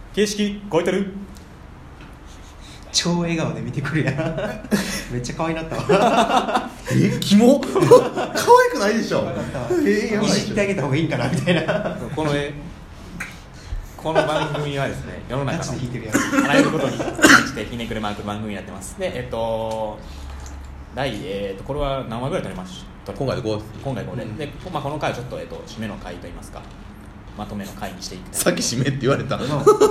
形式超えてる。 超笑顔で見てくるやんめっちゃ可愛いなったわキモ可愛くないでしょ。やばいでしょ。 いじってあげた方がいいんかなみたいなこの番組はですね、世の中のガチで弾いてるやつあらゆることに関してひねくれまくる番組になってます。で、これは何話ぐらい撮りました？ 今回で5です。 今回5で、で、この回はちょっと、締めの回といいますか、まとめの回にしていきたい。 さっき締めって言われた言っ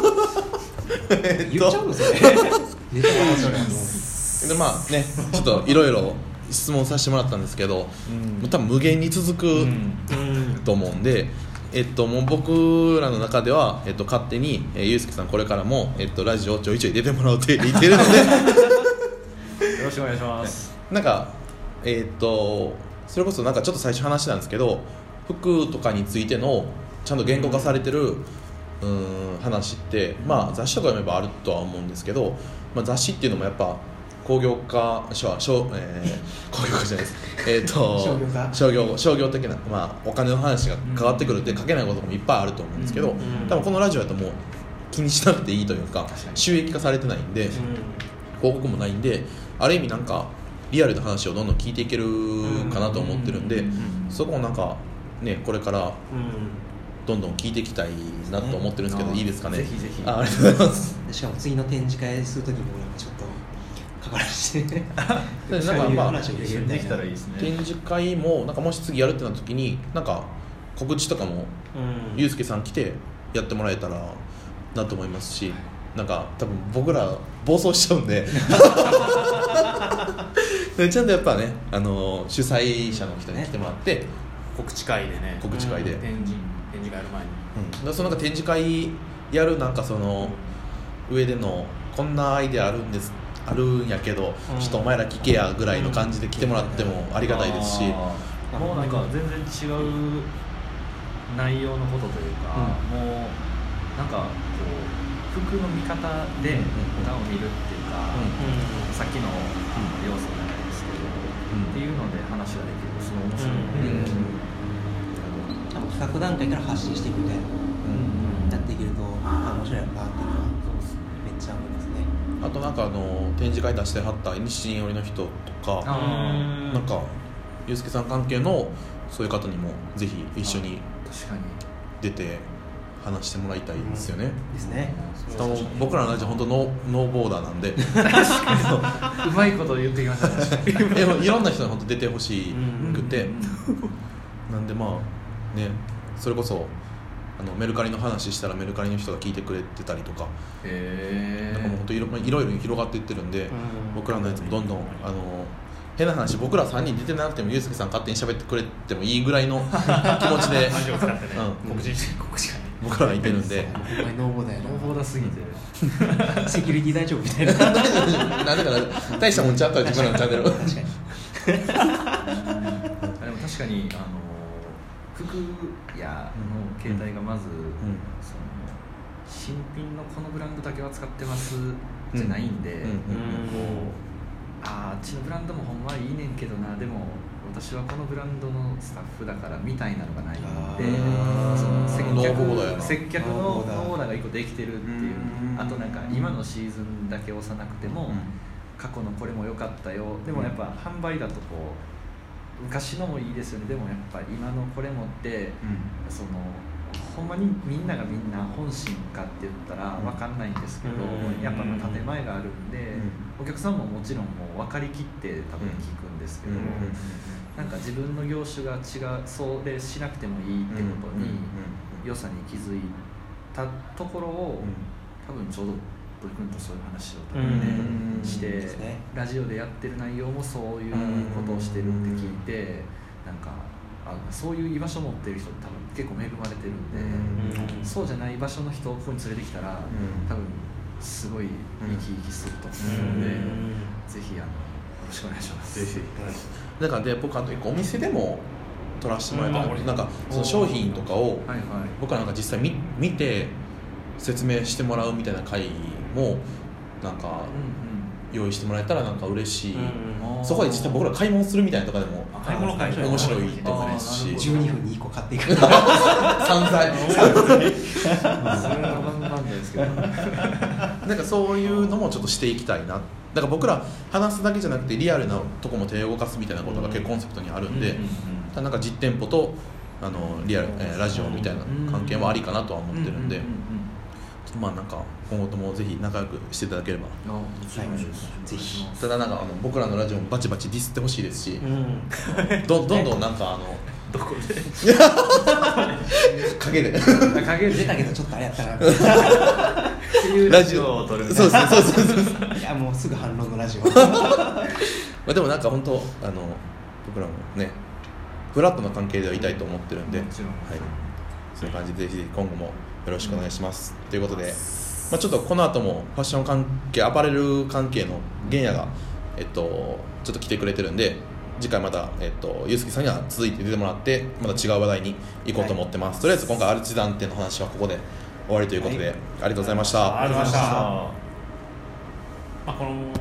ちゃうんですよねネタバレそれでまあね、ちょっといろいろ質問させてもらったんですけど、多分無限に続くと思うんで、もう僕らの中では、勝手に、ゆうすけさんこれからも、ラジオちょいちょい出てもらうって言ってるのでよろしくお願いします。 なんかそれこそなんかちょっと最初話したんですけど、服とかについてのちゃんと言語化されてる話って、まあ、雑誌とか読めばあるとは思うんですけど、まあ、雑誌っていうのもやっぱ工業化工業化じゃないです商業的な、まあ、お金の話が変わってくるって書けないこともいっぱいあると思うんですけど、多分このラジオだともう気にしなくていいというか、収益化されてないんで、広告もないんで、ある意味なんかリアルな話をどんどん聞いていけるかなと思ってるんで、そこをなんかね、これからどんどん聞いていきたいなと思ってるんですけど、いいですかね。 ぜひぜひ。 ありがとうございます。 しかも次の展示会するときもなんかちょっと関わらせてなんかまあ話をできるみたいな。 できたらいいですね。 展示会もなんかもし次やるってなった時になんか告知とかもゆうすけさん来てやってもらえたらなと思いますし、なんか多分僕ら暴走しちゃうんでちゃんとやっぱね、主催者の人に来てもらって、 告知会でね、 告知会で、 展示会やる前に、 だからそのなんか展示会やるなんかその上でのこんなアイデアあるんやけど、ちょっとお前ら聞けやぐらいの感じで来てもらってもありがたいですし、 もうなんか全然違う内容のことというか、もうなんかこう服の見方で歌を見るっていうか、さっきの要素じゃないですけど、っていうので話ができるとすごい面白いので、 企画段階から発信していくみたいなやっていけると面白いのかなっていうのはめっちゃ思いますね。 あとなんか展示会出してはった西陣織の人とか、なんかゆうすけさん関係のそういう方にもぜひ一緒に出て話してもらいたいですよね。 ですね。 僕らのラジオ本当ノーボーダーなんでうまいこと言ってきましたねいろんな人に本当出てほしくて、なんでまあね、それこそメルカリの話したらメルカリの人が聞いてくれてたりとか、なんかもう本当いろいろ広がっていってるんで、僕らのやつもどんどん変な話、僕ら3人出てなくてもゆうすけさん勝手に喋ってくれてもいいぐらいの気持ちで告知会僕らがいてるんで、 お前ノーボーダーやな。 ノーボーダーすぎてセキュリティ大丈夫みたいな。 なんでかな、大したもんちゃったら自分らのチャンネルでも確かに服屋の携帯がまず、その新品のこのブランドだけは使ってますじゃないんで、こうあっちのブランドもほんまはいいねんけどな、でも私はこのブランドのスタッフだからみたいなのがないので、その接客のノーラが一個できてるっていう、あとなんか今のシーズンだけ押さなくても、過去のこれも良かったよ、でもやっぱ販売だとこう昔のもいいですよね、でもやっぱ今のこれもって、そのほんまにみんながみんな本心かって言ったら分かんないんですけど、やっぱ建前があるんで、お客さんももちろんもう分かりきって多分聞くんですけど、なんか自分の業種が違う、そうでしなくてもいいってことに良さに気づいたところを、多分ちょうど土井君とそういう話を多分ねして、ラジオでやってる内容もそういうことをしてるって聞いて、なんかそういう居場所を持ってる人って多分結構恵まれてるんで、そうじゃない場所の人をここに連れてきたら、多分すごい生き生きすると思うので、ぜひよろしくお願いします。ぜひ。 だからで僕あと1個お店でも撮らせてもらえたら、なんかその商品とかを僕はなんか実際見て説明してもらうみたいな会もなんか用意してもらえたらなんか嬉しい。そこで実際僕ら買い物するみたいなとかでも面白いと思いますし、 12分に1個買っていく散財それはバンバンですですけどなんかそういうのもちょっとしていきたいな。だから僕ら話すだけじゃなくてリアルなとこも手を動かすみたいなことが結構コンセプトにあるんで、なんか実店舗とリアル、ラジオみたいな関係もありかなとは思ってるんで、まあなんか今後ともぜひ仲良くしていただければ。 ぜひ。 ただなんか僕らのラジオもバチバチディスってほしいですし、どんどんなんかどこで陰で出たけどちょっとあれやったなラジオを撮るみたいな。そういやもうすぐ反論のラジオまあでもなんか本当僕らもねフラットな関係ではいたいと思ってるんで、はい、そういう感じでぜひ今後もよろしくお願いします、ということで、まあ、ちょっとこの後もファッション関係アパレル関係の玄也がちょっと来てくれてるんで、次回またゆうすけさんには続いて出てもらってまた違う話題に行こうと思ってます、とりあえず今回アルチザン店の話はここで終わりということで、ありがとうございました。 ありがとうございました。この